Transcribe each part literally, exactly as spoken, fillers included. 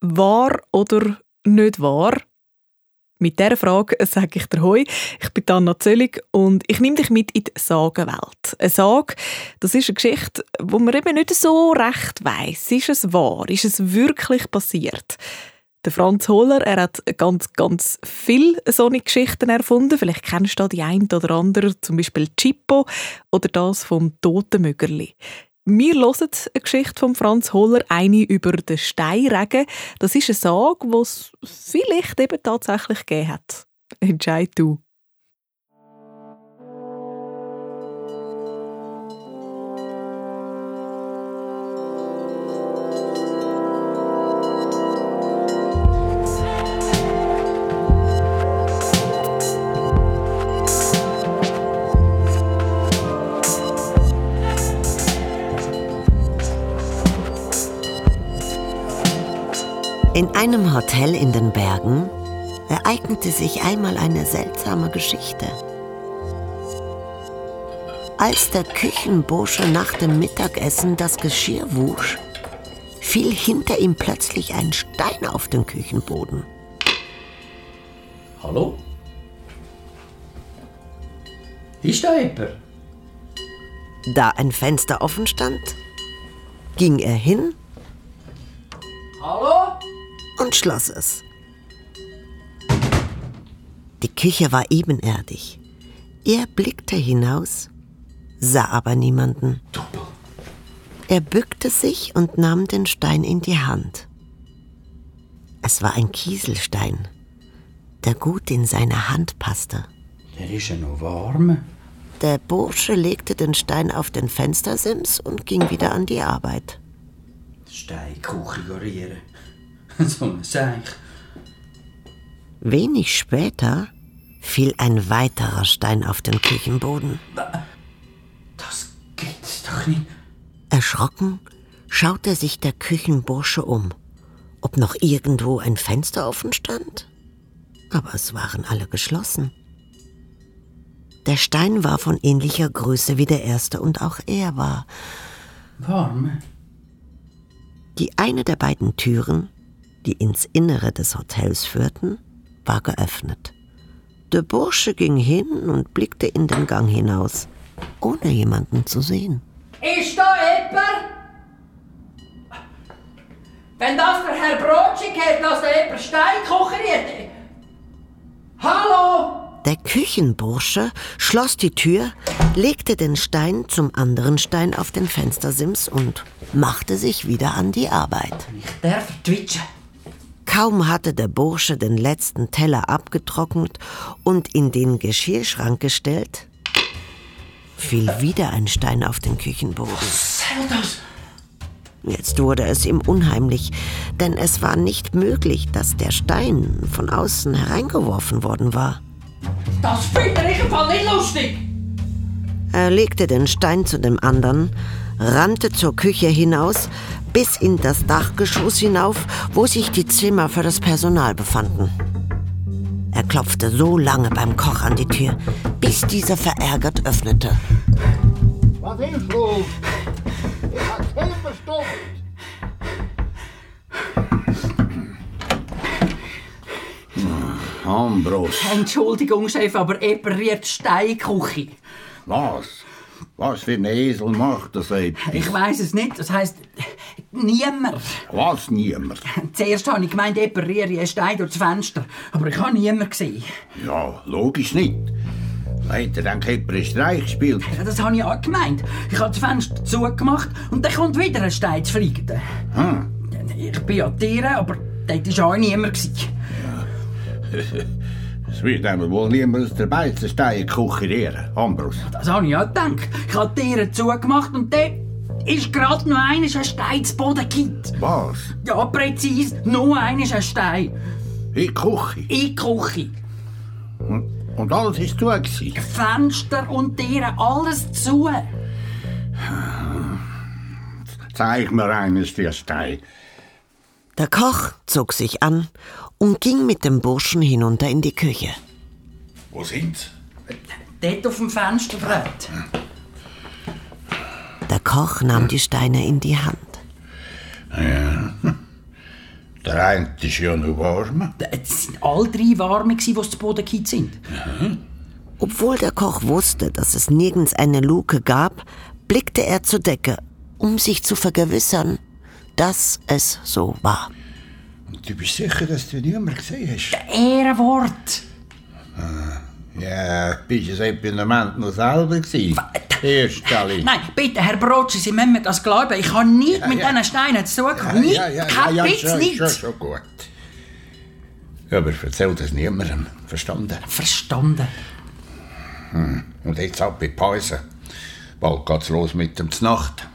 Wahr oder nicht wahr? Mit dieser Frage sage ich dir Hoi. Ich bin Anna Zöllig und ich nehme dich mit in die Sagenwelt. Eine Sage, das ist eine Geschichte, wo man eben nicht so recht weiss. Ist es wahr? Ist es wirklich passiert? Der Franz Hohler, er hat ganz, ganz viele solche Geschichten erfunden. Vielleicht kennst du da die eine oder andere, zum Beispiel Chippo oder das vom Totenmögerli. Wir hören eine Geschichte von Franz Hohler, eine über den Steinregen. Das ist eine Sage, die es vielleicht eben tatsächlich gegeben hat. Entscheid du. In einem Hotel in den Bergen ereignete sich einmal eine seltsame Geschichte. Als der Küchenbursche nach dem Mittagessen das Geschirr wusch, fiel hinter ihm plötzlich ein Stein auf den Küchenboden. Hallo? Ist da jemand? Da ein Fenster offen stand, ging er hin Hallo? und schloss es. Die Küche war ebenerdig. Er blickte hinaus, sah aber niemanden. Er bückte sich und nahm den Stein in die Hand. Es war ein Kieselstein, der gut in seine Hand passte. Der ist ja noch warm. Der Bursche legte den Stein auf den Fenstersims und ging wieder an die Arbeit. Steinkuchen garieren. So ein Seich. Wenig später fiel ein weiterer Stein auf den Küchenboden. Das gibt's doch nicht. Erschrocken schaute sich der Küchenbursche um, ob noch irgendwo ein Fenster offen stand. Aber es waren alle geschlossen. Der Stein war von ähnlicher Größe wie der erste und auch er war warm. Die eine der beiden Türen, die ins Innere des Hotels führten, war geöffnet. Der Bursche ging hin und blickte in den Gang hinaus, ohne jemanden zu sehen. Ist da jemand? Wenn das der Herr Brotschig hat, dass da jemand Stein kocheriert. Hallo? Der Küchenbursche schloss die Tür, legte den Stein zum anderen Stein auf den Fenstersims und machte sich wieder an die Arbeit. Ich darf twitchen. Kaum hatte der Bursche den letzten Teller abgetrocknet und in den Geschirrschrank gestellt, fiel wieder ein Stein auf den Küchenboden. Was soll das? Jetzt wurde es ihm unheimlich, denn es war nicht möglich, dass der Stein von außen hereingeworfen worden war. Das finde ich im Fall nicht lustig. Er legte den Stein zu dem anderen, rannte zur Küche hinaus, bis in das Dachgeschoss hinauf, wo sich die Zimmer für das Personal befanden. Er klopfte so lange beim Koch an die Tür, bis dieser verärgert öffnete. Was ist los? Ich hab's hinbestimmt. Ambros. Entschuldigung, Chef, aber jemand rührt Steinküche. Was? Was für ein Esel macht das etwas? Ich weiss es nicht. Das heisst, niemand. Was niemand? Zuerst habe ich gemeint, jemand rühre einen Stein durchs Fenster. Aber ich habe niemanden gesehen. Ja, logisch nicht. Hat er dann einen Streich gespielt? Ja, das habe ich auch gemeint. Ich habe das Fenster zugemacht und dann kommt wieder ein Stein zu fliegen. Hm. Ich bin ja Tiere, aber dort war auch niemand. Es wird aber wohl niemand aus der Beizenstein kucherieren, Ambros. Das habe ich auch gedacht. Ich habe die Tiere zugemacht und dann ist gerade noch einmal ein Stein zu Boden gekippt. Was? Ja, präzise. Noch einmal ein Stein. In die Küche? In die Küche. Und, und alles war zu gewesen? Fenster und Tiere, alles zu. Zeig mir eines der Stein. Der Koch zog sich an und ging mit dem Burschen hinunter in die Küche. Wo sind sie? Dort auf dem Fensterbrett. Der Koch nahm die Steine in die Hand. Ja. Der eine ist ja noch warm. Es waren alle drei warme, die zu Boden gekippt sind. Mhm. Obwohl der Koch wusste, dass es nirgends eine Luke gab, blickte er zur Decke, um sich zu vergewissern, dass es so war. Und du bist sicher, dass du niemanden gesehen hast? Ehrenwort! Ah, ja, bist du das Epinement noch selber gewesen? Erstelle. Nein, bitte, Herr Brotsch, Sie müssen mir das glauben. Ich habe nichts Ja, mit ja. diesen Steinen zu tun. Ja, Nicht, ja, ja, kein ja, ja, bisschen schon, nicht. schon, schon gut. Ja, aber erzähl das niemandem. Verstanden? Verstanden. Hm. Und jetzt ab in die Pause. Bald geht's los mit dem Znacht.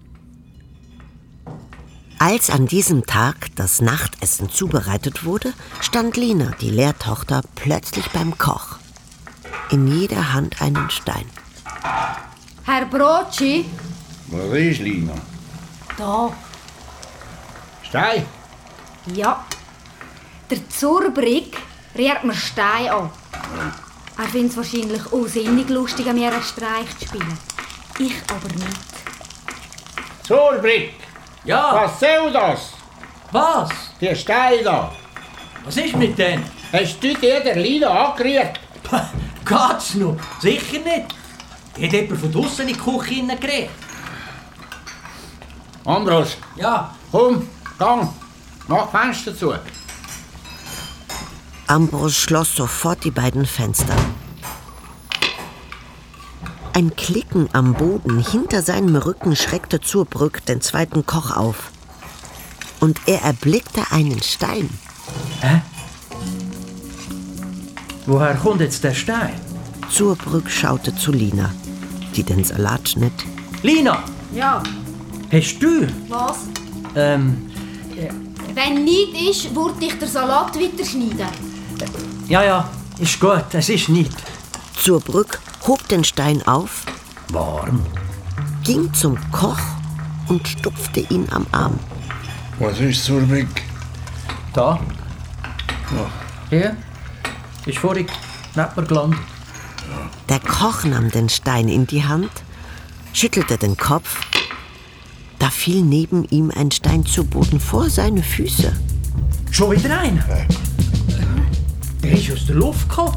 Als an diesem Tag das Nachtessen zubereitet wurde, stand Lina, die Lehrtochter, plötzlich beim Koch. In jeder Hand einen Stein. Herr Brotschi? Was ist, Lina? Da. Stein? Ja. Der Zurbrigg rührt mir Stein an. Er findet es wahrscheinlich auch sinnig lustig, an mir einen Streich zu spielen. Ich aber nicht. Zurbrigg! Ja, Was soll das? was? Die Steine da. Was ist mit denen? Hast du dir der Lina angerührt? Geht's noch? Sicher nicht. Die hat jemand von draussen in die Küche hineingerät. Ambros, Ja. komm, gang. Mach Fenster zu. Ambros schloss sofort die beiden Fenster. Ein Klicken am Boden hinter seinem Rücken schreckte Zurbrück den zweiten Koch auf. Und er erblickte einen Stein. Hä? Woher kommt jetzt der Stein? Zurbrück schaute zu Lina, die den Salat schnitt. Lina, Ja. hast du? Was? Ähm, Wenn nicht ist, würde ich den Salat weiterschneiden. ja, ja, ist gut, es ist nicht. Zurbrück hob den Stein auf, Warm. ging zum Koch und stupfte ihn am Arm. Was ist, Zurbrigg? Da. Hier. Ist vorhin neben mir gelandet. Der Koch nahm den Stein in die Hand, schüttelte den Kopf. Da fiel neben ihm ein Stein zu Boden vor seine Füße. Schon wieder einer? Der ist aus der Luft gekommen.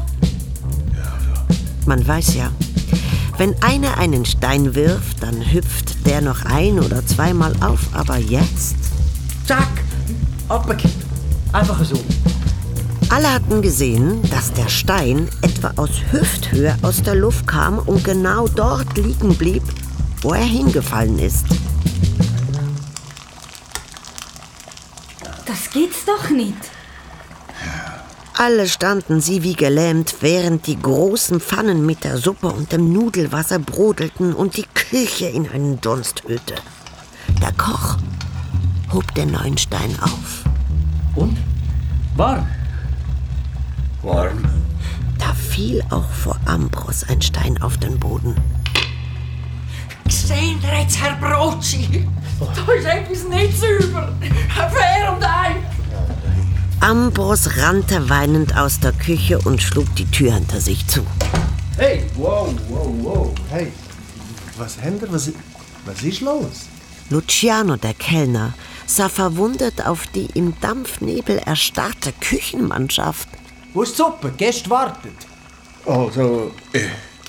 Man weiß ja, wenn einer einen Stein wirft, dann hüpft der noch ein- oder zweimal auf. Aber jetzt? Zack, abgekippt. Einfach so. Alle hatten gesehen, dass der Stein etwa aus Hüfthöhe aus der Luft kam und genau dort liegen blieb, wo er hingefallen ist. Das gibt's doch nicht. Alle standen sie wie gelähmt, während die großen Pfannen mit der Suppe und dem Nudelwasser brodelten und die Küche in einen Dunst hüllte. Der Koch hob den neuen Stein auf. Und? Warm? Warm. Da fiel auch vor Ambros ein Stein auf den Boden. Sehen ihr jetzt, Herr Brotschi? Da ist etwas nicht sauber. Wer und ein? Ambros rannte weinend aus der Küche und schlug die Tür hinter sich zu. Hey, wow, wow, wow. Hey, was habt ihr? Was, was ist los? Luciano, der Kellner, sah verwundert auf die im Dampfnebel erstarrte Küchenmannschaft. Wo ist die Suppe? Gäste wartet. Also, äh,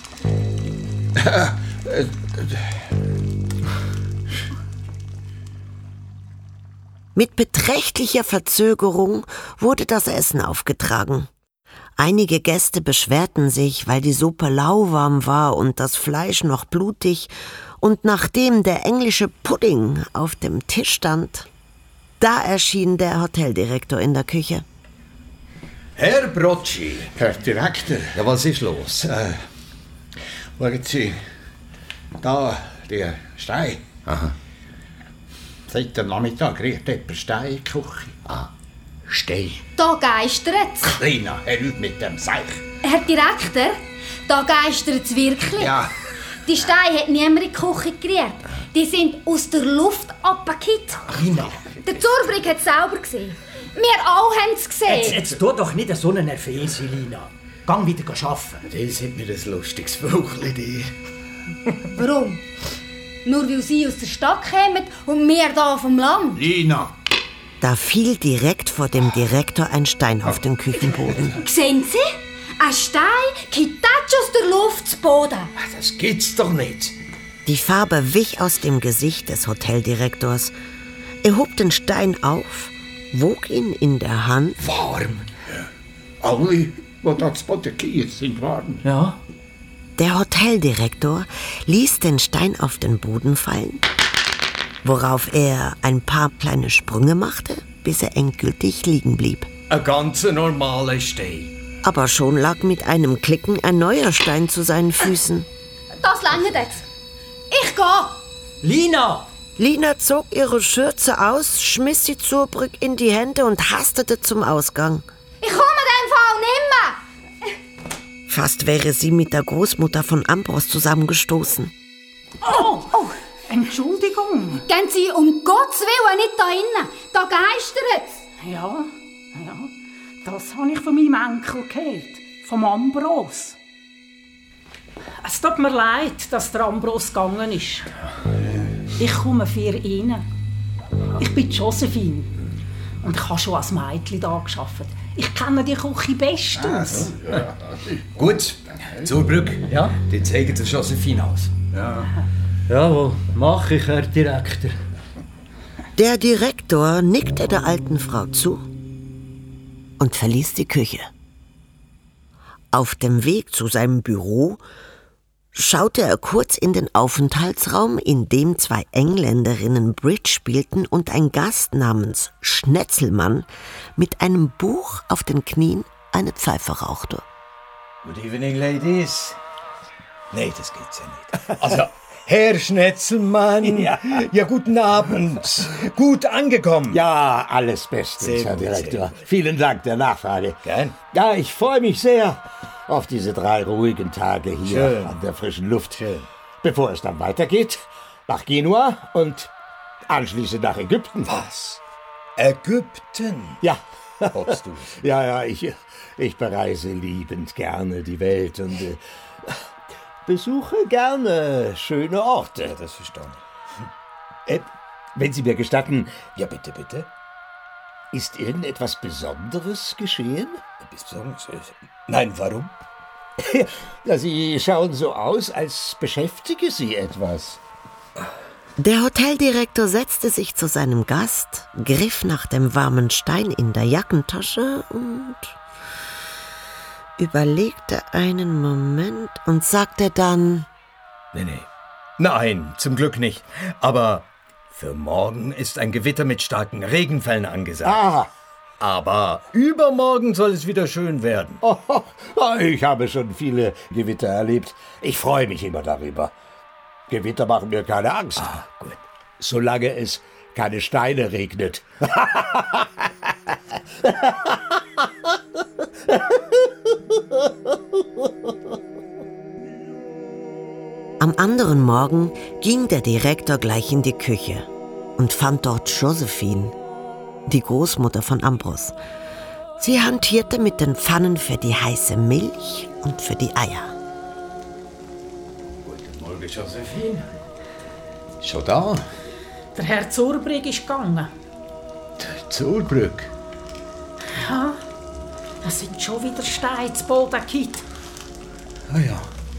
Mit beträchtlicher Verzögerung wurde das Essen aufgetragen. Einige Gäste beschwerten sich, weil die Suppe lauwarm war und das Fleisch noch blutig. Und nachdem der englische Pudding auf dem Tisch stand, da erschien der Hoteldirektor in der Küche. Herr Brotschi. Herr Direktor. Ja, was ist los? Äh, schauen Sie, da, der Stein. Aha. Seit dem Nachmittag riecht jemand Stein in die Küche. Ah, Stein. Da geistert's. Lina, hör auf mit dem Seich. Herr Direktor, da geistert's wirklich. Ja. Die Steine hat niemand in die Küche gerührt. Die sind aus der Luft abgekippt. Lina, Der Zurbrigg hat es selber gesehen. Wir alle haben es gesehen. jetzt, jetzt tu doch nicht so einen Nervöse, Lina. Gang wieder arbeiten. Das hat mir ein lustiges Vögel. Warum? Nur weil sie aus der Stadt kommen und wir hier vom Land. Lina. Da fiel direkt vor dem Direktor ein Stein auf den Küchenboden. Sehen Sie? Ein Stein kippt aus der Luft zu Boden. Das gibt's doch nicht. Die Farbe wich aus dem Gesicht des Hoteldirektors. Er hob den Stein auf, wog ihn in der Hand. Warm. Ja. Alle, die das Bodekier sind, warm. Ja. Der Hoteldirektor ließ den Stein auf den Boden fallen, worauf er ein paar kleine Sprünge machte, bis er endgültig liegen blieb. Ein ganz normaler Stein. Aber schon lag mit einem Klicken ein neuer Stein zu seinen Füßen. Das langt jetzt. Ich gehe. Lina! Lina zog ihre Schürze aus, schmiss sie Zurbrück in die Hände und hastete zum Ausgang. Ich komme den Fall nimmer. Fast wäre sie mit der Großmutter von Ambros zusammengestoßen. Oh, oh, Entschuldigung. Gehen Sie um Gottes Willen nicht da innen. Da geistert's. Ja, ja, das habe ich von meinem Enkel gehört. Vom Ambros. Es tut mir leid, dass der Ambros gegangen ist. Ich komme für ihn. Ich bin Josephine. Und ich habe schon als Mädchen hier gearbeitet. Ich kenne die Küche bestens. Ja. Gut, Zurbrück. Ja? Die zeigen der Josephine aus. Ja. Jawohl, mach ich, Herr Direktor. Der Direktor nickte der alten Frau zu und verließ die Küche. Auf dem Weg zu seinem Büro schaute er kurz in den Aufenthaltsraum, in dem zwei Engländerinnen Bridge spielten und ein Gast namens Schnetzelmann mit einem Buch auf den Knien eine Pfeife rauchte. Good evening, ladies. Nee, das geht's ja nicht. Also, Herr Schnetzelmann. Ja. Ja, guten Abend. Gut angekommen. Ja, alles Bestens, Sehr Herr gut, Direktor. sehr Vielen Dank der Nachfrage. Gern. Ja, ich freue mich sehr auf diese drei ruhigen Tage hier Schön. an der frischen Luft. Schön. Bevor es dann weitergeht, nach Genua und anschließend nach Ägypten. Was? Ägypten? Ja. Hoffst du? Ja, ja, ich, ich bereise liebend gerne die Welt und äh, besuche gerne schöne Orte. Ja, das verstehe ich. Äh, wenn Sie mir gestatten, Ja, bitte, bitte. ist irgendetwas Besonderes geschehen? Besonders? Nein, warum? Ja, Sie schauen so aus, als beschäftige Sie etwas. Der Hoteldirektor setzte sich zu seinem Gast, griff nach dem warmen Stein in der Jackentasche und überlegte einen Moment und sagte dann: Nee, nee. Nein, zum Glück nicht. Aber für morgen ist ein Gewitter mit starken Regenfällen angesagt. Ah, Aber übermorgen soll es wieder schön werden. oh, oh, ich habe schon viele Gewitter erlebt. Ich freue mich immer darüber. Gewitter machen mir keine Angst. Ah, gut. Solange es keine Steine regnet. Am anderen Morgen ging der Direktor gleich in die Küche und fand dort Josephine, die Großmutter von Ambros. Sie hantierte mit den Pfannen für die heiße Milch und für die Eier. Guten Morgen, Josephine. Schon da? Der Herr Zurbrück ist gegangen. Der Zurbrück. Ja, es sind schon wieder Steine zu Boden gekippt. Ah ja.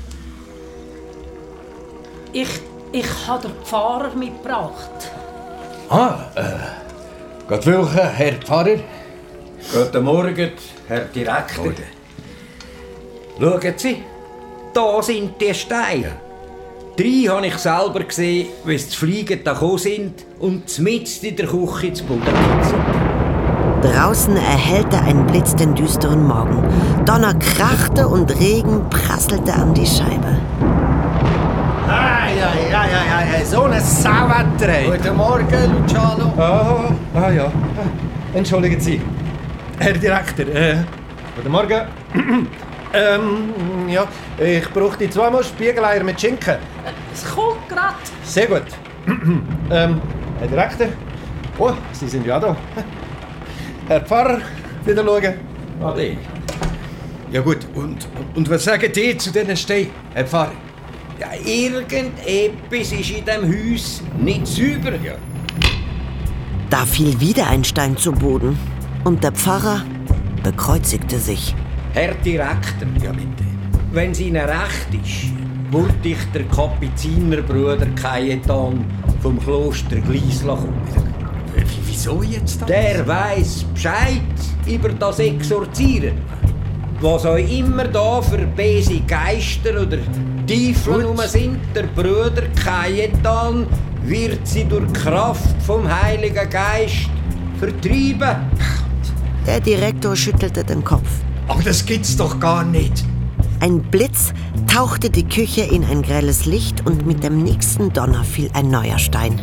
Ich, ich habe den Pfarrer mitgebracht. Ah, äh, Gott welcher, Herr Pfarrer? Guten Morgen, Herr Direktor. Schauen Sie, da sind die Steine. Drei habe ich selber gesehen, wie sie zu fliegen da gekommen sind und mitten in der Küche zu Boden sind. Draußen erhellte ein Blitz den düsteren Morgen. Donner krachte und Regen prasselte an die Scheibe. Ah, ja, ja, ja, ja, so ein Sauwetter, ey. Guten Morgen, Luciano. Ah, ah ja. Entschuldigen Sie. Herr Direktor, äh, guten Morgen. ähm, ja, ich brauchte zweimal Spiegeleier mit Schinken. Es kommt grad. Sehr gut. ähm, Herr Direktor. Oh, Sie sind ja da. Herr Pfarrer, wieder schauen. Ade. Ja gut, und, und was sagen die zu diesen Steinen, Herr Pfarrer? Ja, irgendetwas ist in diesem Haus nicht sauber. Ja. Da fiel wieder ein Stein zu Boden und der Pfarrer bekreuzigte sich. Herr Direktor, ja bitte. Wenn es Ihnen recht ist, würde ich der Kapuzinerbruder Cajetan vom Kloster Gliesla kommen. Wieso jetzt das? Der weiss Bescheid über das Exorzieren. Was euch immer da für böse Geister oder Teufel rum sind, der Bruder Cajetan wird sie durch Kraft vom Heiligen Geist vertreiben. Der Direktor schüttelte den Kopf. Aber das gibt's doch gar nicht. Ein Blitz tauchte die Küche in ein grelles Licht und mit dem nächsten Donner fiel ein neuer Stein.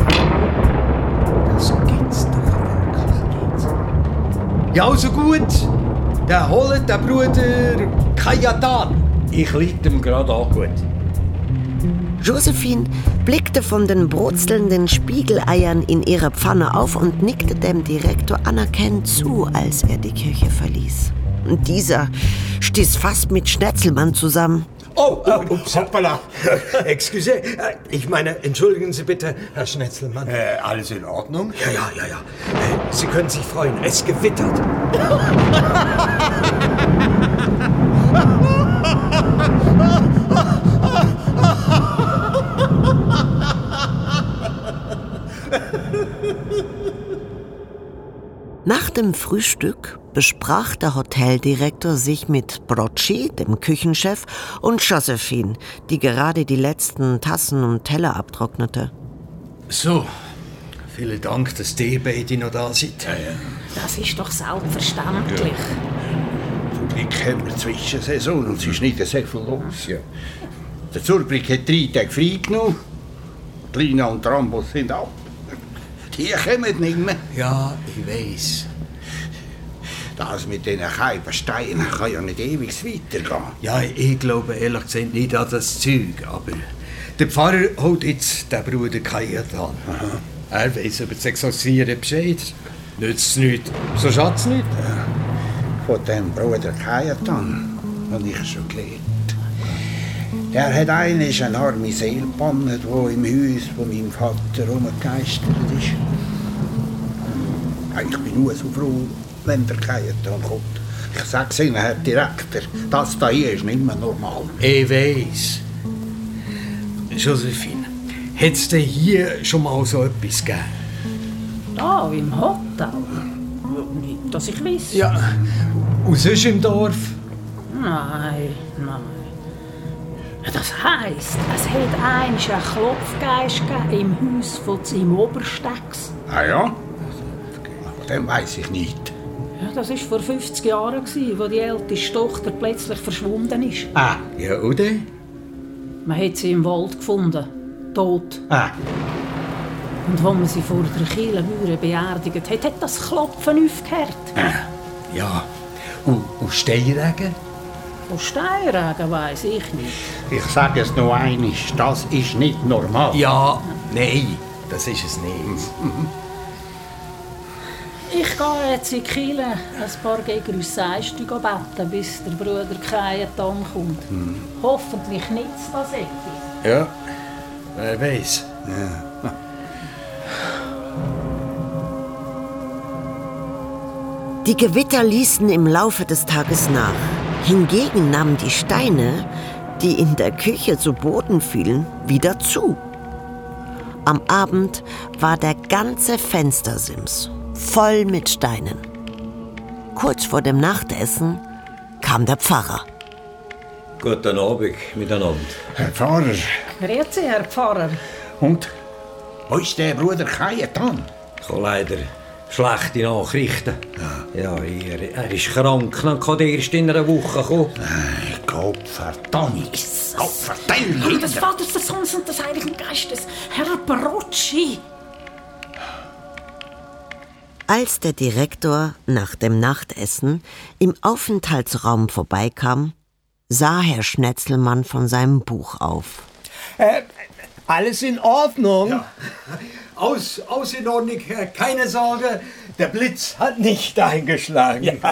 Das gibt's doch wirklich nicht. Ja, also gut. Der holt der Bruder Cajetan. Ich leite ihm gerade an. Gut. Josephine blickte von den brutzelnden Spiegeleiern in ihrer Pfanne auf und nickte dem Direktor anerkennend zu, als er die Küche verließ. Und dieser stieß fast mit Schnetzelmann zusammen. Oh, oh, ups, hoppala. Excuse, ich meine, entschuldigen Sie bitte, Herr Schnetzelmann. Äh, alles in Ordnung? Ja, ja, ja, ja. Sie können sich freuen, es gewittert. Nach dem Frühstück besprach der Hoteldirektor sich mit Brocci, dem Küchenchef, und Josephine, die gerade die letzten Tassen und Teller abtrocknete. So, vielen Dank, dass die beide noch da sind. Ja, ja. Das ist doch selbstverständlich. Zum Glück haben wir Zwischensaison und es ist nicht sehr viel los. Ja. Der Zurbrück hat drei Tage frei genommen. Die Lina und Rambos sind ab. Die kommen nicht mehr. Ja, ich weiss. Das mit diesen Kälbersteinen kann ja nicht ewig weitergehen. Ja, ich glaube ehrlich gesagt nicht an das Zeug, aber der Pfarrer holt jetzt den Bruder Cajetan. Er weiss über das Exorzieren Bescheid. Nützt es nichts, so schadet es nicht. Ja. Von dem Bruder Cajetan habe ich schon gelernt. Der hat einmal eine arme Seele gebannt, die im Haus von meinem Vater rumgegeistert ist. Ich bin nur so froh, wenn der Cajetan kommt. Ich sag's Ihnen, Herr Direktor, das hier ist nicht mehr normal. Ich weiss. Josephine, hat es denn hier schon mal so etwas gegeben? Da, im Hotel? Nicht, dass ich weiss. Ja, und sonst im Dorf? Nein, nein. Das heisst, es hat einmal einen Klopfgeist gegeben im Haus von seinem Oberstex. Ah ja? Von dem weiss ich nicht. Ja, das war vor fünfzig Jahren, als die älteste Tochter plötzlich verschwunden ist. Ah, ja, oder? Man hat sie im Wald gefunden, tot. Ah. Und als man sie vor der Kirchenmauer beerdigt hat, hat das Klopfen aufgehört. Ah, ja. Und, und Steinregen? Von Steinregen weiss ich nicht. Ich sage es noch einmal, das ist nicht normal. Ja, nein, das ist es nicht. Ich gehe jetzt in die Kirche ein paar Gegrüsseiste beten, bis der Bruder Cajetan kommt. Hm. Hoffentlich nichts das etwas. Ja, wer weiß. Ja. Die Gewitter ließen im Laufe des Tages nach. Hingegen nahmen die Steine, die in der Küche zu Boden fielen, wieder zu. Am Abend war der ganze Fenstersims voll mit Steinen. Kurz vor dem Nachtessen kam der Pfarrer. Guten Abend miteinander. Herr Pfarrer. Grüezi, Herr Pfarrer. Und? Wo ist der Bruder Cajetan? Ich habe leider schlechte Nachrichten. Ja, ja er, er ist krank. Dann kann er erst in einer Woche kommen. Nein, Gott verdammt. Gott verdammt. Und des Vaters, des Sohnes und des Heiligen Geistes. Herr Brocci. Als der Direktor nach dem Nachtessen im Aufenthaltsraum vorbeikam, sah Herr Schnetzelmann von seinem Buch auf. Äh, alles in Ordnung? Ja. Aus, aus in Ordnung, keine Sorge, der Blitz hat nicht eingeschlagen. Ja.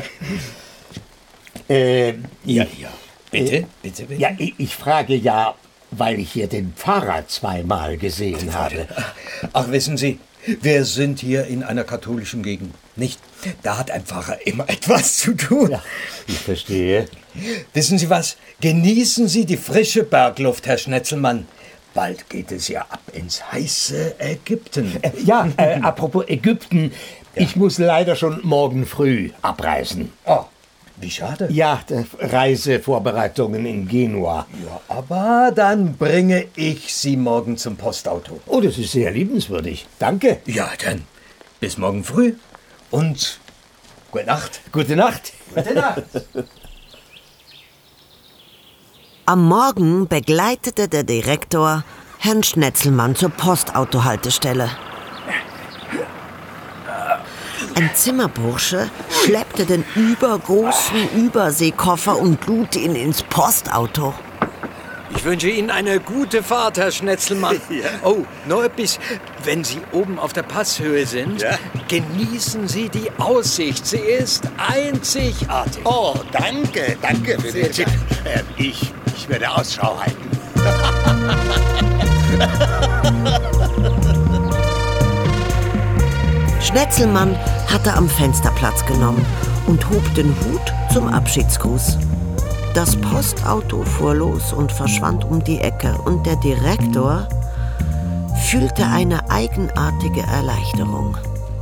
äh, ja, ja, bitte, äh, bitte, bitte. Ja, ich, ich frage ja, weil ich hier den Pfarrer zweimal gesehen habe. Ach, wissen Sie, Wir sind hier in einer katholischen Gegend, nicht? Da hat ein Pfarrer immer etwas zu tun. Ja, ich verstehe. Wissen Sie was? Genießen Sie die frische Bergluft, Herr Schnetzelmann. Bald geht es ja ab ins heiße Ägypten. Äh, ja, äh, apropos Ägypten. Ja. Ich muss leider schon morgen früh abreisen. Oh, wie schade. Ja, Reisevorbereitungen in Genua. Ja, aber dann bringe ich Sie morgen zum Postauto. Oh, das ist sehr liebenswürdig. Danke. Ja, dann bis morgen früh und gute Nacht. Gute Nacht. Gute Nacht. Am Morgen begleitete der Direktor Herrn Schnetzelmann zur Postautohaltestelle. Ein Zimmerbursche schleppte den übergroßen Überseekoffer und lud ihn ins Postauto. Ich wünsche Ihnen eine gute Fahrt, Herr Schnetzelmann. Ja. Oh, noch etwas. Wenn Sie oben auf der Passhöhe sind, ja, genießen Sie die Aussicht. Sie ist einzigartig. Oh, danke, danke für den Tipp. Äh, ich, ich werde Ausschau halten. Schnetzelmann hatte am Fenster Platz genommen und hob den Hut zum Abschiedsgruß. Das Postauto fuhr los und verschwand um die Ecke und der Direktor fühlte eine eigenartige Erleichterung.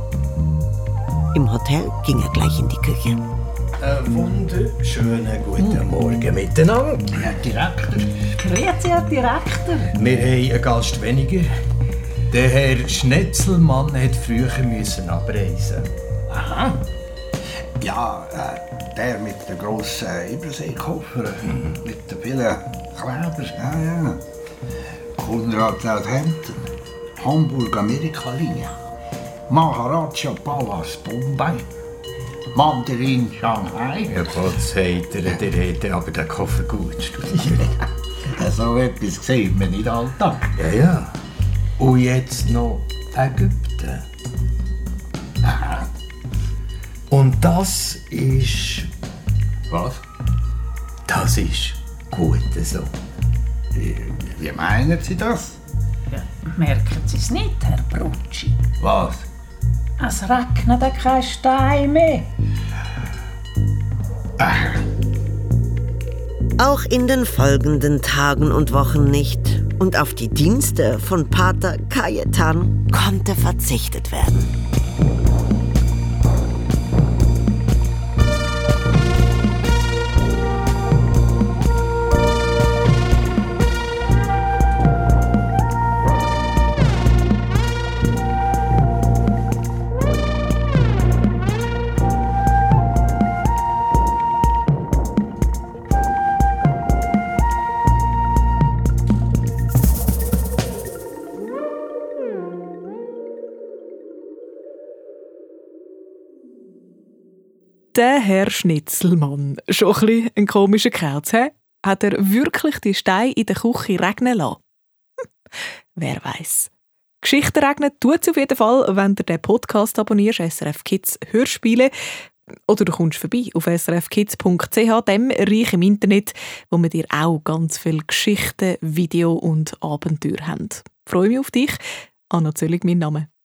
Im Hotel ging er gleich in die Küche. Einen wunderschönen guten Morgen miteinander. Herr Direktor. Grüezi, Herr Direktor. Wir haben einen Gast weniger. Der Herr Schnetzelmann hat früher müssen abreisen. Aha. Ja, äh, der mit den grossen Überseekoffer, mhm. mit den vielen Klebern. Ja, ja. Konrad Southampton, Hamburg-Amerika-Linie, Maharaja Palace Bombay, Mandarin Shanghai. Ja, was sagt er? Der hätte aber den Koffer gut studiert. So etwas sieht man nicht alltag. Ja, ja. Und jetzt noch Ägypten. Aha. Und das ist... Was? Das ist gut so. Wie, wie meinen Sie das? Ja, merken Sie es nicht, Herr Brutschi? Was? Es regnet ja kein Stein mehr. Ach. Auch in den folgenden Tagen und Wochen nicht. Und auf die Dienste von Pater Cajetan konnte verzichtet werden. Der Herr Schnetzelmann, schon ein bisschen ein komischer Kauz, he? Hat er wirklich die Steine in der Küche regnen lassen? Hm, wer weiß. Geschichten regnen tut es auf jeden Fall, wenn du den Podcast abonnierst, S R F Kids Hörspiele. Oder du kommst vorbei auf s r f kids punkt c h, dem Reich im Internet, wo wir dir auch ganz viele Geschichten, Video und Abenteuer haben. Ich freue mich auf dich. Anna Zöllig, mein Name.